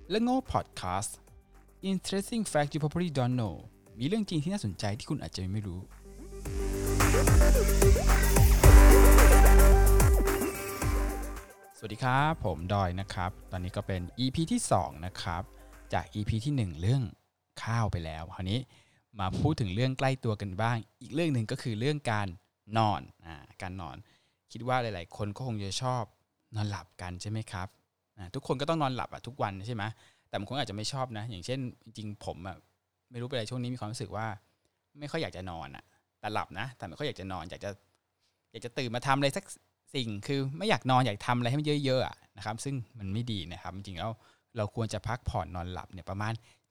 เรื่องโง่พอดแคสต์ Interesting Fact You Probably Don't Know มีเรื่องจริงที่น่าสนใจที่คุณอาจจะไม่รู้สวัสดีครับผมดอยนะครับตอนนี้ก็เป็น EP ที่2นะครับจาก EP ที่1เรื่องข้าวไปแล้วคราวนี้มาพูดถึงเรื่องใกล้ตัวกันบ้างอีกเรื่องนึงก็คือเรื่องการนอนการนอนคิดว่าหลายๆคนก็คงจะชอบนอนหลับกันใช่ไหมครับทุกคนก็ต้องนอนหลับทุกวันใช่ไหมแต่บางคนอาจจะไม่ชอบนะอย่างเช่นจริงๆผมไม่รู้เป็นอะไรช่วงนี้มีความรู้สึกว่าไม่ค่อยอยากจะนอนแต่หลับนะแต่ไม่ค่อยอยากจะนอนอยากจะตื่นมาทำอะไรสักสิ่งคือไม่อยากนอนอยากทำอะไรให้มันเยอะๆนะครับซึ่งมันไม่ดีนะครับจริงๆแล้วเราควรจะพักผ่อนนอนหลับเนี่ยประมาณ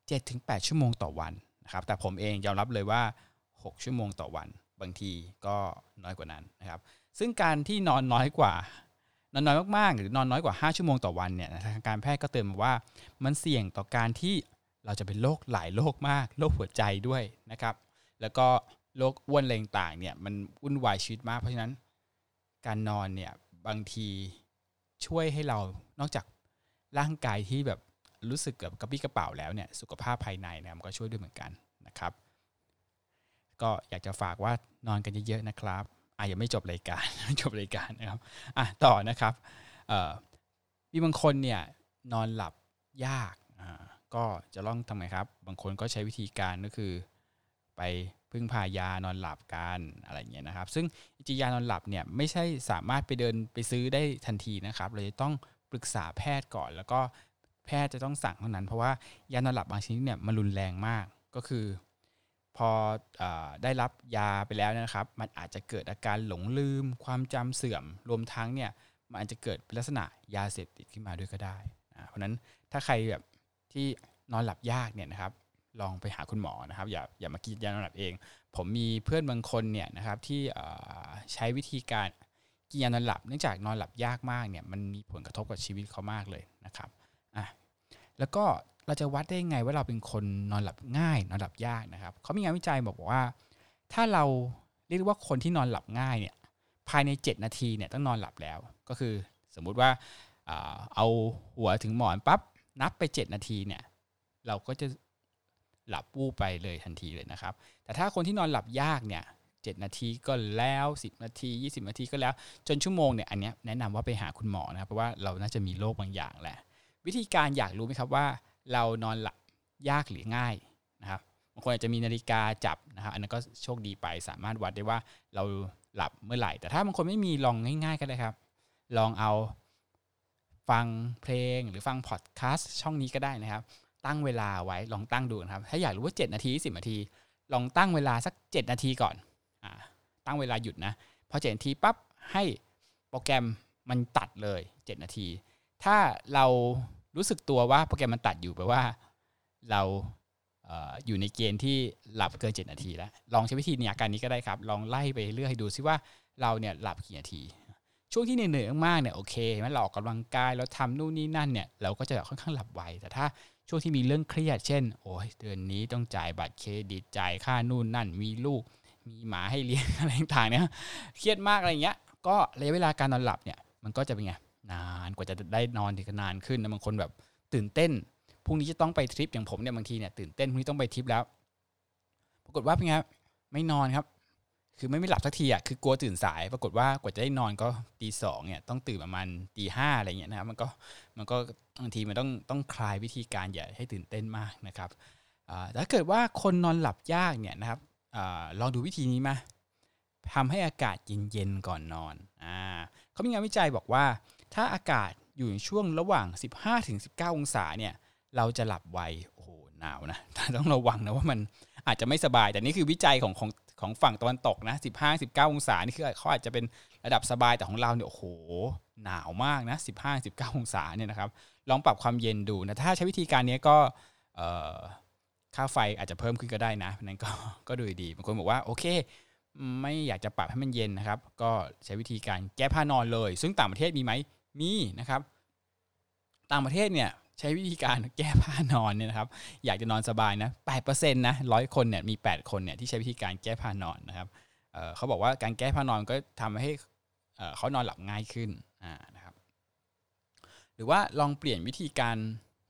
7-8 ชั่วโมงต่อวันนะครับแต่ผมเองยอมรับเลยว่า6ชั่วโมงต่อวันบางทีก็น้อยกว่านั้นนะครับซึ่งการที่นอนน้อยมากๆหรือนอนน้อยกว่า5ชั่วโมงต่อวันเนี่ยทางการแพทย์ก็เตือนมาว่ามันเสี่ยงต่อการที่เราจะเป็นโรคหลายโรคมากโรคหัวใจด้วยนะครับแล้วก็โรคอ้วนอะไรต่างๆเนี่ยมันวุ่นวายชีวิตมากเพราะฉะนั้นการนอนเนี่ยบางทีช่วยให้เรานอกจากร่างกายที่แบบรู้สึกกับกระปี้กระเป๋าแล้วเนี่ยสุขภาพภายในเนี่ยมันก็ช่วยด้วยเหมือนกันนะครับก็อยากจะฝากว่านอนกันเยอะๆนะครับยังไม่จบรายการนะครับต่อนะครับมีบางคนเนี่ยนอนหลับยากก็จะต้องทำไงครับบางคนก็ใช้วิธีการก็คือไปพึ่งพายานอนหลับกันอะไรอย่างเงี้ยนะครับซึ่งจริงๆยานอนหลับเนี่ยไม่ใช่สามารถไปซื้อได้ทันทีนะครับเราจะต้องปรึกษาแพทย์ก่อนแล้วก็แพทย์จะต้องสั่งเท่านั้นเพราะว่ายานอนหลับบางชนิดเนี่ยมันรุนแรงมากก็คือพอได้รับยาไปแล้วนะครับมันอาจจะเกิดอาการหลงลืมความจำเสื่อมรวมทั้งเนี่ยมันอาจจะเกิดเป็นลักษณะยาเสพติดขึ้นมาด้วยก็ได้เพราะนั้นถ้าใครแบบที่นอนหลับยากเนี่ยนะครับลองไปหาคุณหมอนะครับอย่ามากินยานอนหลับเองผมมีเพื่อนบางคนเนี่ยนะครับที่ใช้วิธีการกินยานอนหลับเนื่องจากนอนหลับยากมากเนี่ยมันมีผลกระทบกับชีวิตเขามากเลยนะครับแล้วก็เราจะวัดได้ไงว่าเราเป็นคนนอนหลับง่ายนอนหลับยากนะครับเขามีงานวิจัยบอกว่าถ้าเราเรียกว่าคนที่นอนหลับง่ายเนี่ยภายใน7นาทีเนี่ยต้องนอนหลับแล้วก็คือสมมุติว่าเอาหัวถึงหมอนปั๊บนับไป7นาทีเนี่ยเราก็จะหลับวูบไปเลยทันทีเลยนะครับแต่ถ้าคนที่นอนหลับยากเนี่ย7นาทีก็แล้ว10นาที20นาทีก็แล้วจนชั่วโมงเนี่ยอันนี้แนะนำว่าไปหาคุณหมอนะครับเพราะว่าเราน่าจะมีโรคบางอย่างแหละวิธีการอยากรู้ไหมครับว่าเรานอนหลับยากหรือง่ายนะครับบางคนอาจจะมีนาฬิกาจับนะครับอันนั้นก็โชคดีไปสามารถวัดได้ว่าเราหลับเมื่อไหร่แต่ถ้าบางคนไม่มีลองง่ายๆก็ได้ครับลองเอาฟังเพลงหรือฟังพอดแคสต์ช่องนี้ก็ได้นะครับตั้งเวลาไว้ลองตั้งดูนะครับถ้าอยากรู้ว่า7นาที10นาทีลองตั้งเวลาสัก7นาทีก่อนตั้งเวลาหยุดนะพอ7นาทีปั๊บให้โปรแกรมมันตัดเลย7นาทีถ้าเรารู้สึกตัวว่าโปรแกรมมันตัดอยู่แปลว่าเราอยู่ในเกณฑ์ที่หลับเกิน7นาทีแล้วลองใช้วิธีการนี้ก็ได้ครับลองไล่ไปเรื่อยๆดูซิว่าเราเนี่ยหลับกี่นาทีช่วงที่เหนื่อยๆมากๆเนี่ยโอเคงั้นเราออกกำลังกายเราทำนู่นนี่นั่นเนี่ยเราก็จะค่อนข้างหลับไวแต่ถ้าช่วงที่มีเรื่องเครียดเช่นโอ้ยเดือนนี้ต้องจ่ายบัตรเครดิตจ่ายค่านู่นนั่นมีลูกมีหมาให้เลี้ยงอะไรต่างๆเนี่ยเครียดมากอะไรเงี้ยก็ระยะเวลาการนอนหลับเนี่ยมันก็จะเป็นไงนานกว่าจะได้นอนถึงนานขึ้นนะบางคนแบบตื่นเต้นพรุ่งนี้จะต้องไปทริปอย่างผมเนี่ยบางทีเนี่ยตื่นเต้นพรุ่งนี้ต้องไปทริปแล้วปรากฏว่าเป็นไงไม่นอนครับคือไม่หลับสักทีคือกลัวตื่นสายปรากฏว่ากว่าจะได้นอนก็ตีสองเนี่ยต้องตื่นประมาณตีห้าอะไรเงี้ยนะครับมันก็บางทีมันต้องคลายวิธีการอย่าให้ตื่นเต้นมากนะครับถ้าเกิดว่าคนนอนหลับยากเนี่ยนะครับลองดูวิธีนี้มาทำให้อากาศเย็นๆก่อนนอนเขามีงานวิจัยบอกว่าถ้าอากาศอยู่ในช่วงระหว่าง 15-19 องศาเนี่ยเราจะหลับไวโอ้โหหนาวนะต้องระวังนะว่ามันอาจจะไม่สบายแต่นี่คือวิจัยของฝั่งตะวันตกนะ15-19 องศานี่คือเขาอาจจะเป็นระดับสบายแต่ของเราเนี่ยโอ้โหหนาวมากนะ15-19 องศาเนี่ยนะครับลองปรับความเย็นดูนะถ้าใช้วิธีการนี้ก็ค่าไฟอาจจะเพิ่มขึ้นก็ได้นะนั้นก็ดูดีบางคนบอกว่าโอเคไม่อยากจะปรับให้มันเย็นนะครับก็ใช้วิธีการแก้ผ้านอนเลยซึ่งต่างประเทศมีไหมมีนะครับต่างประเทศเนี่ยใช้วิธีการแก้ผ้านอนเนี่ยนะครับอยากจะนอนสบายนะ 8% นะ100คนเนี่ยมี8คนเนี่ยที่ใช้วิธีการแก้ผ้านอนนะครับเขาบอกว่าการแก้ผ้านอนก็ทำให้เขานอนหลับง่ายขึ้นนะครับหรือว่าลองเปลี่ยนวิธีการ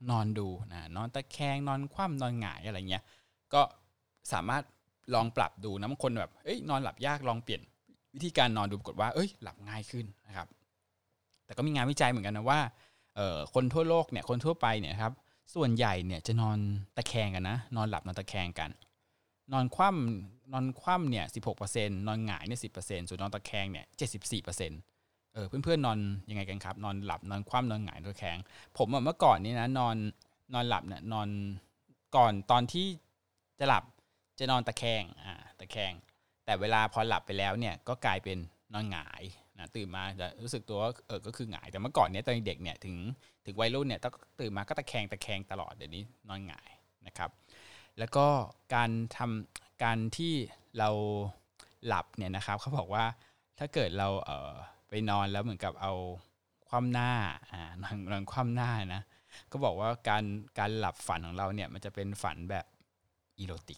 นอนดูนอนตะแคงนอนคว่ำนอนหงายอะไรเงี้ยก็สามารถลองปรับดูนะบางคนแบบนอนหลับยากลองเปลี่ยนวิธีการนอนดูปรากฏว่าหลับง่ายขึ้นนะครับแต่ก็มีงานวิจัยเหมือนกันนะว่าคนทั่วโลกเนี่ยคนทั่วไปเนี่ยครับส่วนใหญ่เนี่ยจะนอนตะแคงกันนะนอนหลับนอนตะแคงกันนอนคว่ำเนี่ย 16% นอนหงายเนี่ย 10% ส่วนนอนตะแคงเนี่ย 74%เพื่อนๆนอนยังไงกันครับนอนหลับนอนคว่ำนอนหงายนอนตะแคงผมเมื่อก่อนนี้นะนอนหลับเนี่ยนอนก่อนตอนที่จะหลับจะนอนตะแคงตะแคงแต่เวลาพอหลับไปแล้วเนี่ยก็กลายเป็นนอนหงายนะตื่นมาจะรู้สึกตัวว่าก็คือหงายแต่เมื่อก่อนเนี่ยตอนเด็กเนี่ยถึงวัยรุ่นเนี่ยตื่นมาก็ตะแคงตลอดเดี๋ยวนี้นอนหงายนะครับแล้วก็การที่เราหลับเนี่ยนะครับเขาบอกว่าถ้าเกิดเราไปนอนแล้วเหมือนกับเอาคว่ำหน้านอนคว่ำหน้านะก็บอกว่าการหลับฝันของเราเนี่ยมันจะเป็นฝันแบบอีโรติก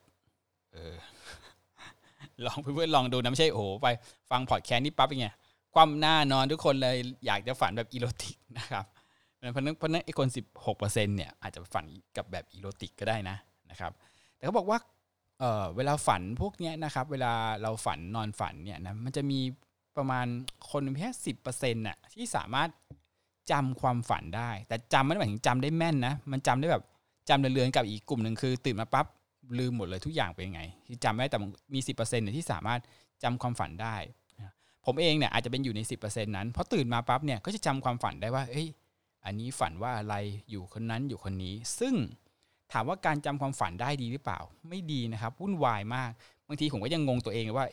ลองเพื่อนๆลองดูนะไม่ใช่ไปฟังพอดแคสต์นี่ปั๊บเป็นไงคว่ำหน้านอนทุกคนเลยอยากจะฝันแบบอีโรติกนะครับเพราะนั้นไอ้คน 16% เนี่ยอาจจะฝันกับแบบอีโรติกก็ได้นะครับแต่เขาบอกว่าเวลาฝันพวกนี้นะครับเวลาเราฝันนอนฝันเนี่ยนะมันจะมีประมาณคนแค่ 10% น่ะที่สามารถจำความฝันได้แต่จำไม่ได้หมายถึงจำได้แม่นนะมันจำได้แบบจำเลือนๆกับอีกกลุ่มนึงคือตื่นมาปั๊บลืมหมดเลยทุกอย่างเป็นยังไงที่จำได้แต่มี 10% เนี่ยที่สามารถจำความฝันได้ผมเองเนี่ยอาจจะเป็นอยู่ใน 10% นั้นเพราะตื่นมาปั๊บเนี่ยก็จะจำความฝันได้ว่าอันนี้ฝันว่าอะไรอยู่คนนั้นอยู่คนนี้ซึ่งถามว่าการจำความฝันได้ดีหรือเปล่าไม่ดีนะครับวุ่นวายมากบางทีผมก็ยังงงตัวเองว่า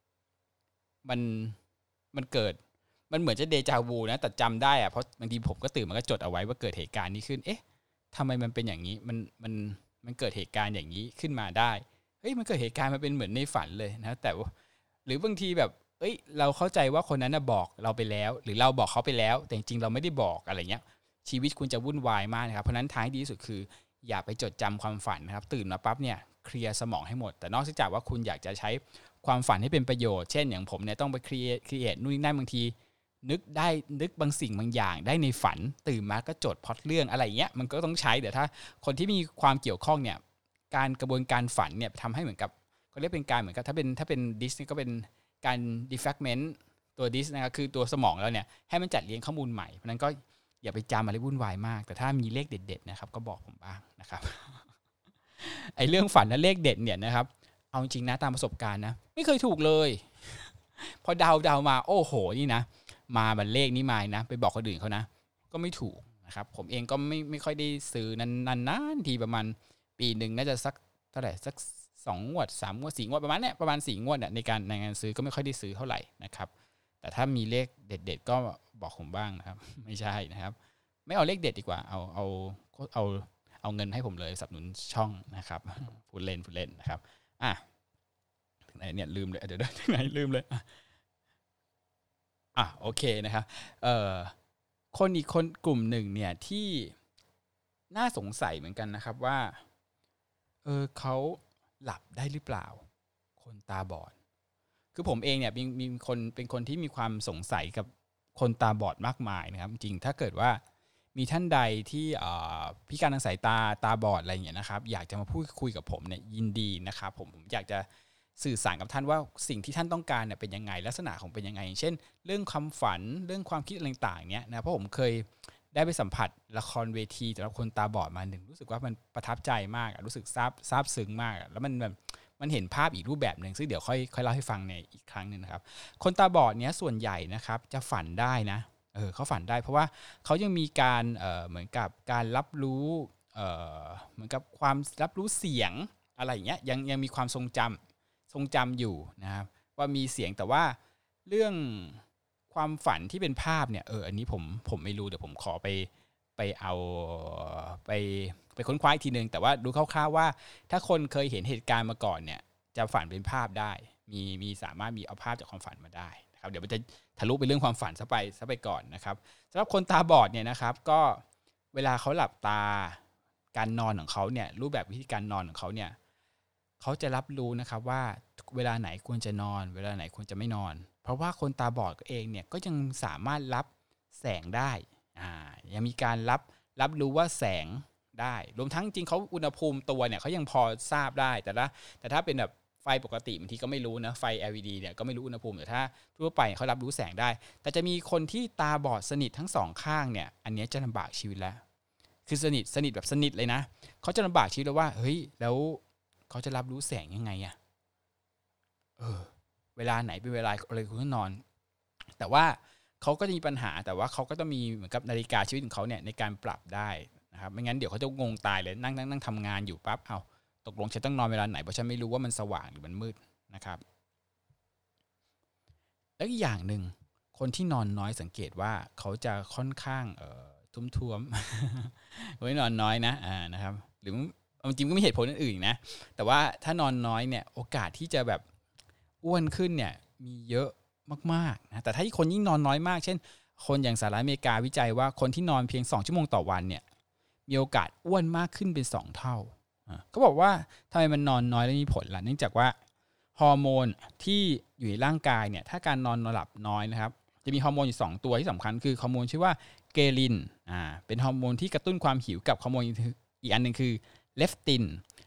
มันเกิดมันเหมือนจะเดจาวูนะแต่จำได้เพราะบางทีผมก็ตื่นมาก็จดเอาไว้ว่าเกิดเหตุการณ์นี้ขึ้นทำไมมันเป็นอย่างนี้มันเกิดเหตุการณ์อย่างนี้ขึ้นมาได้มันเกิดเหตุการณ์มันเป็นเหมือนในฝันเลยนะแต่หรือบางทีแบบเราเข้าใจว่าคนนั้นบอกเราไปแล้วหรือเราบอกเขาไปแล้วแต่จริงๆเราไม่ได้บอกอะไรเงี้ยชีวิตคุณจะวุ่นวายมากนะครับเพราะนั้นทางที่ดีที่สุดคืออย่าไปจดจำความฝันนะครับตื่นมาปั๊บเนี่ยเคลียร์สมองให้หมดแต่นอกจากว่าคุณอยากจะใช้ความฝันให้เป็นประโยชน์เช่นอย่างผมเนี่ยต้องไปครีเอทนู่นนี่นั่นบางทีนึกบางสิ่งบางอย่างได้ในฝันตื่นมาก็จดพล็อตเรื่องอะไรเงี้ยมันก็ต้องใช้แต่ถ้าคนที่มีความเกี่ยวข้องเนี่ยกระบวนการฝันเนี่ยทำให้เหมือนกับก็เรียกเป็นการเหมือนกับถ้าเป็นดิสนี่ก็เป็นการ defragment ตัวดิสนะครับคือตัวสมองแล้วเนี่ยให้มันจัดเรียงข้อมูลใหม่เพราะนั้นก็อย่าไปจำอะไรวุ่นวายมากแต่ถ้ามีเลขเด็ดๆนะครับก็บอกผมบ้างนะครับ ไอ้เรื่องฝันและเลขเด็ดเนี่ยนะครับเอาจริงนะตามประสบการณ์นะไม่เคยถูกเลยพอเดามาโอ้โหนี่นะมาบันเลขนี้มานะไปบอกคนอื่นเขานะก็ไม่ถูกนะครับผมเองก็ไม่ค่อยได้ซื้อนานทีประมาณปีนึงน่าจะสักเท่าไหร่สัก2 งวด 3 งวด 4 งวดประมาณเนี้ยประมาณ4 งวดในการซื้อก็ไม่ค่อยได้ซื้อเท่าไหร่นะครับแต่ถ้ามีเลขเด็ดๆก็บอกผมบ้างนะครับไม่ใช่นะครับไม่เอาเลขเด็ดดีกว่าเอาเงินให้ผมเลยสนับสนุนช่องนะครับพูดเล่นนะครับถึงไหนเนี่ยลืมเลยเดี๋ยวถึงไหนลืมเลยโอเคนะครับคนอีกคนกลุ่มหนึ่งเนี่ยที่น่าสงสัยเหมือนกันนะครับว่าเขาหลับได้หรือเปล่าคนตาบอดคือผมเองเนี่ยเป็นคนที่มีความสงสัยกับคนตาบอดมากมายนะครับจริงถ้าเกิดว่ามีท่านใดที่พิการทางสายตาบอดอะไรอย่างเงี้ยนะครับอยากจะมาพูดคุยกับผมเนี่ยยินดีนะครับผมอยากจะสื่อสารกับท่านว่าสิ่งที่ท่านต้องการเนี่ยเป็นยังไงลักษณะของเป็นยังไงอย่างเช่นเรื่องความฝันเรื่องความคิดอะไรต่างๆเนี้ยนะเพราะผมเคยได้ไปสัมผัสละครเวทีสำหรับคนตาบอดมาหนึ่งรู้สึกว่ามันประทับใจมากรู้สึกซาบซึ้งมากแล้วมันเห็นภาพอีกรูปแบบนึงซึ่งเดี๋ยวค่อยเล่าให้ฟังในอีกครั้งนึงนะครับคนตาบอดเนี้ยส่วนใหญ่นะครับจะฝันได้นะเขาฝันได้เพราะว่าเขายังมีการเหมือนกับการรับรู้เหมือนกับความรับรู้เสียงอะไรอย่างเงี้ยยังมีความทรงจำอยู่นะครับว่ามีเสียงแต่ว่าเรื่องความฝันที่เป็นภาพเนี่ยอันนี้ผมไม่รู้เดี๋ยวผมขอไปเอาไปค้นคว้าอีกทีนึงแต่ว่าดูคร่าวๆว่าถ้าคนเคยเห็นเหตุการณ์มาก่อนเนี่ยจะฝันเป็นภาพได้มีสามารถมีเอาภาพจากความฝันมาได้นะครับเดี๋ยวมันจะทะลุไปเรื่องความฝันซะไปก่อนนะครับสำหรับคนตาบอดเนี่ยนะครับก็เวลาเขาหลับตาการนอนของเขาเนี่ยรูปแบบวิธีการนอนของเขาเนี่ยเขาจะรับรู้นะครับว่าเวลาไหนควรจะนอนเวลาไหนควรจะไม่นอนเพราะว่าคนตาบอดเองเนี่ยก็ยังสามารถรับแสงได้ยังมีการรับรู้ว่าแสงได้รวมทั้งจริงเขาอุณหภูมิตัวเนี่ยเขายังพอทราบได้แต่ถ้าเป็นแบบไฟปกติบางทีก็ไม่รู้นะไฟ LED เนี่ยก็ไม่รู้อุณหภูมิแต่ถ้าทั่วไปเขารับรู้แสงได้แต่จะมีคนที่ตาบอดสนิททั้งสองข้างเนี่ยอันนี้จะลำบากชีวิตแล้วคือสนิทแบบสนิทเลยนะเขาจะลำบากชีวิตแล้วว่าเฮ้ยแล้วเขาจะรับรู้แสงยังไงอะเวลาไหนเป็นเวลาอะไรคุณก็นอนแต่ว่าเขาก็จะมีปัญหาแต่ว่าเขาก็ต้องมีเหมือนกับนาฬิกาชีวิตของเขาเนี่ยในการปรับได้นะครับไม่งั้นเดี๋ยวเขาจะงงตายเลยนั่งทำงานอยู่ปั๊บเอาตกลงฉันต้องนอนเวลาไหนเพราะฉันไม่รู้ว่ามันสว่างหรือมันมืดนะครับแล้วอีกอย่างหนึ่งคนที่นอนน้อยสังเกตว่าเขาจะค่อนข้างทุ่มๆไม่นอนน้อยนะนะครับหรือจริงก็มีเหตุผลอื่นๆนะแต่ว่าถ้านอนน้อยเนี่ยโอกาสที่จะแบบอ้วนขึ้นเนี่ยมีเยอะมากๆนะแต่ถ้าคนยิ่งนอนน้อยมากเช่นคนอย่างสหรัฐอเมริกาวิจัยว่าคนที่นอนเพียง2 ชั่วโมงต่อวันเนี่ยมีโอกาสอ้วนมากขึ้นเป็น2 เท่าเขาบอกว่าทำไมมันนอนน้อยแล้วมีผลล่ะเนื่องจากว่าฮอร์โมนที่อยู่ในร่างกายเนี่ยถ้าการนอนหลับน้อยนะครับจะมีฮอร์โมนอยู่2 ตัวที่สำคัญคือฮอร์โมนชื่อว่าเกลินเป็นฮอร์โมนที่กระตุ้นความหิวกับฮอร์โมนอีกอันนึงคือเลปติน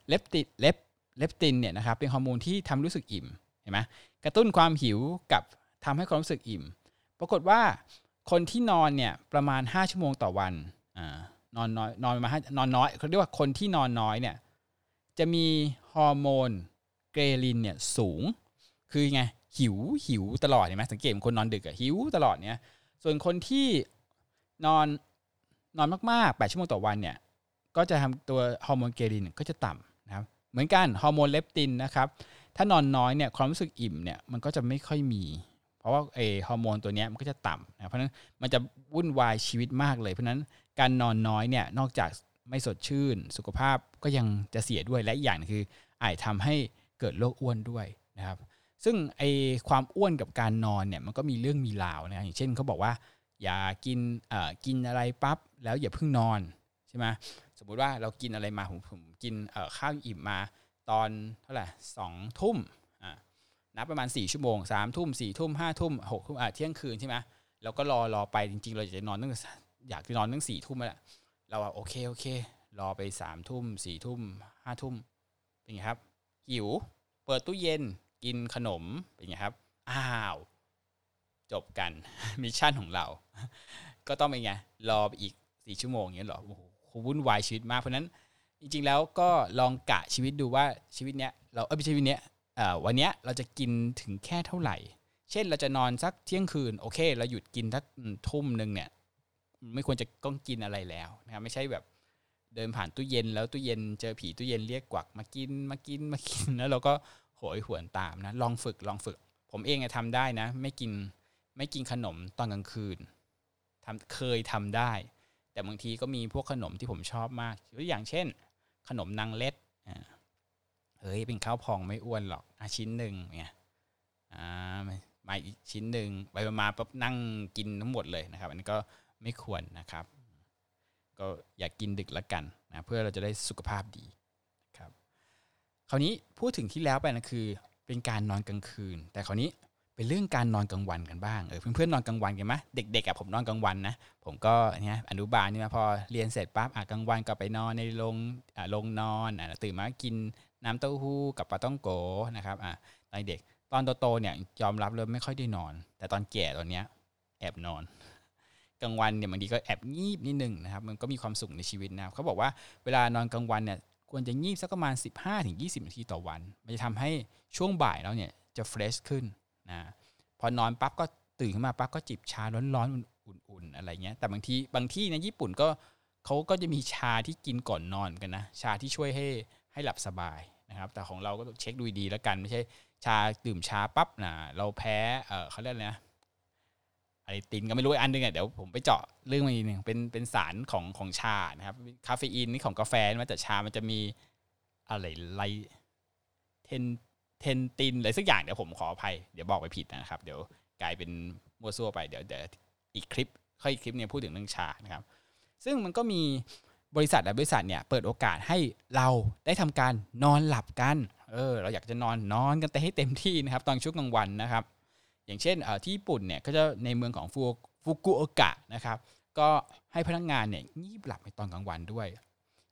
เนี่ยนะครับเป็นฮอร์โมนที่ทำรู้สึกอิ่มเห็นไหมกระตุ้นความหิวกับทำให้ความรู้สึกอิ่มปรากฏว่าคนที่นอนเนี่ยประมาณ5 ชั่วโมงต่อวันนอนน้อยเขาเรียกว่าคนที่นอนน้อยเนี่ยจะมีฮอร์โมนเกรลินเนี่ยสูงคือไงหิวตลอดเห็นไหมสังเกตคนนอนดึกหิวตลอดเนี่ยส่วนคนที่นอนมากๆ8 ชั่วโมงต่อวันเนี่ยก็จะทำตัวฮอร์โมนเกรลินก็จะต่ำนะครับเหมือนกันฮอร์โมนเลปตินนะครับถ้านอนน้อยเนี่ยความรู้สึกอิ่มเนี่ยมันก็จะไม่ค่อยมีเพราะว่าฮอร์โมนตัวนี้มันก็จะต่ำนะเพราะฉะนั้นมันจะวุ่นวายชีวิตมากเลยเพราะฉะนั้นการนอนน้อยเนี่ยนอกจากไม่สดชื่นสุขภาพก็ยังจะเสียด้วยและอีกอย่างคืออาจทำให้เกิดโรคอ้วนด้วยนะครับซึ่งความอ้วนกับการนอนเนี่ยมันก็มีเรื่องมีราวนะอย่างเช่นเขาบอกว่าอย่ากินอะไรปั๊บแล้วอย่าเพิ่งนอนใช่ไหมสมมุติว่าเรากินอะไรมาผมกินข้าวอิ่มมาตอนเท่าไหร่2 ทุ่มนับประมาณ4 ชั่วโมง3 ทุ่ม4 ทุ่ม5 ทุ่ม6 ทุ่มเที่ยงคืนใช่ไหมเราก็รอไปจริงๆเราอยากจะนอนตั้ง4 ทุ่มแล้วเราโอเครอไป3 ทุ่ม4 ทุ่ม5 ทุ่มเป็นไงครับหิวเปิดตู้เย็นกินขนมเป็นไงครับอ้าวจบกันมิชชั่นของเราก็ต้องเป็นไงรอไปอีก4 ชั่วโมงอย่างเงี้ยหรอโอ้โหวุ่นวายชีวิตมากเพราะนั้นจริงๆแล้วก็ลองกะชีวิตดูว่าชีวิตเนี้ยชีวิตเนี้ยวันนี้เราจะกินถึงแค่เท่าไหร่เช่นเราจะนอนสักเที่ยงคืนโอเคเราหยุดกินสักทุ่มนึงเนี่ยไม่ควรจะต้องกินอะไรแล้วนะครับไม่ใช่แบบเดินผ่านตู้เย็นแล้วตู้เย็นเจอผีตู้เย็นเรียกกวักมากินแล้วเราก็โหยหวนตามนะลองฝึกผมเองทำได้นะไม่กินขนมตอนกลางคืนเคยทำได้แต่บางทีก็มีพวกขนมที่ผมชอบมากอย่างเช่นขนมนางเล็ดเป็นข้าวพองไม่อ้วนหรอกชิ้นหนึ่งเนี่ยมาอีกชิ้นหนึ่งไปมาปั๊บนั่งกินทั้งหมดเลยนะครับอันนี้ก็ไม่ควรนะครับก็อย่ากกินดึกละกันนะเพื่อเราจะได้สุขภาพดีครับคราวนี้พูดถึงที่แล้วไปนะคือเป็นการนอนกลางคืนแต่คราวนี้เป็นเรื่องการนอนกลางวันกันบ้างเพื่อนๆนอนกลางวันกันไหมเด็กๆผมนอนกลางวันนะผมก็เนี่ยอนุบาลนี่นะพอเรียนเสร็จปั๊บกลางวันก็ไปนอนในโรงนอนตื่นมากินน้ำเต้าหู้กับปลาต้องโกนะครับตอนเด็กตอนโตๆเนี่ยยอมรับเลยไม่ค่อยได้นอนแต่ตอนแก่ตอนเนี้ยแอบนอนกลางวันเนี่ยบางทีก็แอบงีบนิดนึงนะครับมันก็มีความสุขในชีวิตนะเขาบอกว่าเวลานอนกลางวันเนี่ยควรจะงีบสักประมาณ 15-20 นาทีต่อวันมันจะทำให้ช่วงบ่ายแล้วเนี่ยจะเฟรชขึ้นนะพอนอนปั๊บก็ตื่นขึ้นมาปั๊บก็จิบชาร้อนๆอุ่นๆอะไรเงี้ยแต่บางที่ในญี่ปุ่นเขาก็จะมีชาที่กินก่อนนอนกันนะชาที่ช่วยให้หลับสบายนะครับแต่ของเราก็ต้องเช็คดูดีแล้วกันไม่ใช่ชาดื่มชาปั๊บเราแพ้เขาเรียกอะไรนะอะไรตินก็ไม่รู้อันนึงเดี๋ยวผมไปเจาะเรื่องมาอีกนึงเป็นสารของชานะครับคาเฟอีนนี่ของกาแฟนะแต่ชามันจะมีอะไรไลเทนตินอะไรสักอย่างเดี๋ยวผมขออภัยเดี๋ยวบอกไปผิดนะครับเดี๋ยวกลายเป็นมั่วซั่วไปเดี๋ยวอีกคลิปเนี่ยพูดถึงเรื่องชานะครับซึ่งมันก็มีบริษัทเนี่ยเปิดโอกาสให้เราได้ทำการนอนหลับกันเราอยากจะนอนกันแต่ให้เต็มที่นะครับตอนช่วงกลางวันนะครับอย่างเช่นที่ญี่ปุ่นเนี่ยก็จะในเมืองของฟุกุโอกะนะครับก็ให้พนักงานเนี่ยงีบหลับในตอนกลางวันด้วย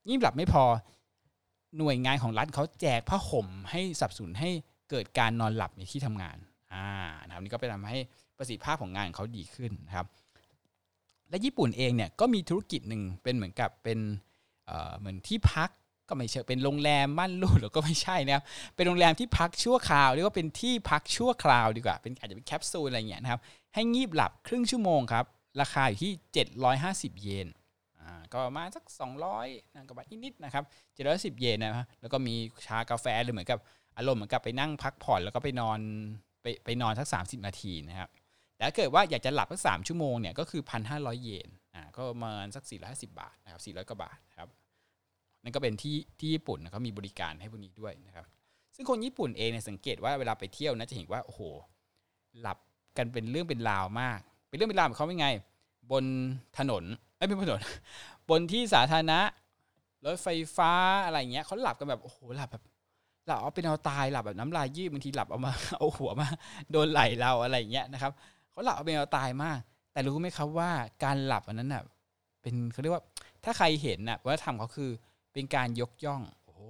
งีบหลับไม่พอหน่วยงานของรัฐเขาแจกผ้าห่มให้สนับสนุนให้เกิดการนอนหลับในที่ทำงานนะครับนี่ก็ไปทำให้ประสิทธิภาพของงานของเขาดีขึ้นนะครับและญี่ปุ่นเองเนี่ยก็มีธุรกิจหนึ่งเป็นเหมือนกับเป็นเหมือนที่พักก็ไม่ใช่เป็นโรงแรมม่านรูดหรือก็ไม่ใช่นะครับเป็นโรงแรมที่พักชั่วคราวเรียกว่าเป็นที่พักชั่วคราวดีกว่าเป็นอาจจะเป็นแคปซูลอะไรอย่างเงี้ยนะครับให้งีบหลับครึ่งชั่วโมงครับราคาอยู่ที่750เยนก็ประมาณสัก200กว่าบาทนิดๆนะครับ710เยนนะครับแล้วก็มีชากาแฟหรือเหมือนกับอารมณ์เหมือนกับไปนั่งพักผ่อนแล้วก็ไปนอนสัก30นาทีนะครับแต่ถ้าเกิดว่าอยากจะหลับสัก3ชั่วโมงเนี่ยก็คือ 1,500 เยนก็ประมาณสัก450บาทนะครับ400กว่าบาทนะครับนั่นก็เป็นที่ญี่ปุ่นนะเขามีบริการให้พวกนี้ด้วยนะครับซึ่งคนญี่ปุ่นเองเนี่ยสังเกตว่าเวลาไปเที่ยวนะจะเห็นว่าโอ้โหหลับกันเป็นเรื่องเป็นราวมากเป็นเรื่องเป็นราวของเขาเป็นไงบนถนนไม่เป็นถนนบนที่สาธารณะรถไฟฟ้าอะไรเงี้ยเขาหลับกันแบบโอ้โหหลับเอาเป็นเอาตายหลับแบบน้ำลายยืดบางทีหลับเอามาเอาหัวมาโดนไหล่เราอะไรเงี้ยนะครับเขาหลับเอาเป็นเอาตายมากแต่รู้ไหมครับว่าการหลับอันนั้นน่ะเป็นเขาเรียกว่าถ้าใครเห็นน่ะวัฒนธรรมเขาคือเป็นการยกย่องโอ้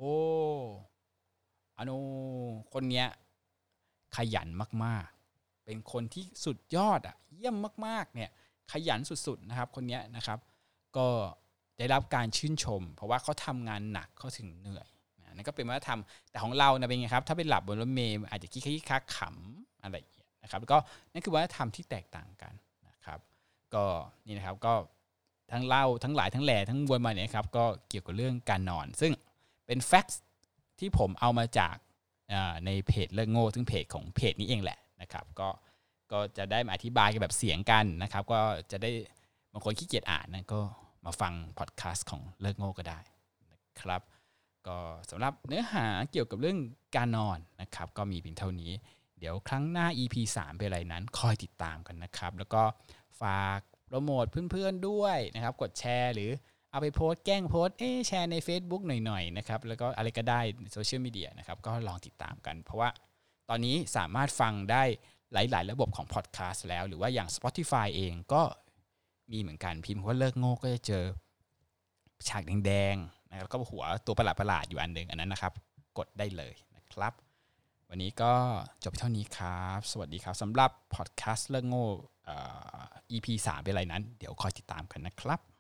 คนเนี้ยขยันมากๆเป็นคนที่สุดยอดเยี่ยมมากๆเนี่ยขยันสุดๆนะครับคนเนี้ยนะครับก็ได้รับการชื่นชมเพราะว่าเขาทำงานหนักเขาถึงเหนื่อยนั่นก็เป็นวัฒนธรรมแต่ของเราเป็นไงครับถ้าเป็นหลับบนรถเมล์อาจจะคิกคักขำอะไรอย่างเงี้ยนะครับแล้วก็นั่นคือวัฒนธรรมที่แตกต่างกันนะครับก็นี่นะครับก็ทั้งเล่าทั้งหลายทั้งแหล่ทั้งวนมาเนี่ยครับก็เกี่ยวกับเรื่องการนอนซึ่งเป็นแฟกต์ที่ผมเอามาจากในเพจเลิกโง่ซึ่งเพจของเพจนี้เองแหละนะครับก็จะได้มาอธิบายกันแบบเสียงกันนะครับก็จะได้บางคนขี้เกียจอ่านนะก็มาฟังพอดแคสต์ของเลิกโง่ก็ได้นะครับก็สำหรับเนื้อหาเกี่ยวกับเรื่องการนอนนะครับก็มีเพียงเท่านี้เดี๋ยวครั้งหน้า EP 3เป็นอะไรนั้นคอยติดตามกันนะครับแล้วก็ฝากโปรโมทเพื่อนๆด้วยนะครับกดแชร์หรือเอาไปโพสต์แกล้งโพสต์แชร์ใน Facebook หน่อยๆนะครับแล้วก็อะไรก็ได้โซเชียลมีเดียนะครับก็ลองติดตามกันเพราะว่าตอนนี้สามารถฟังได้หลายๆระบบของพอดแคสต์แล้วหรือว่าอย่าง Spotify เองก็มีเหมือนกันพิมพ์ว่าเลิกโง่ก็จะเจอฉากแดงๆนะครับแล้วก็หัวตัวประหลาดๆอยู่อันนึงอันนั้นนะครับกดได้เลยนะครับวันนี้ก็จบเท่านี้ครับสวัสดีครับสำหรับพอดแคสต์เลิกโง่EP 3เป็นอะไรนั้นเดี๋ยวคอยติดตามกันนะครับ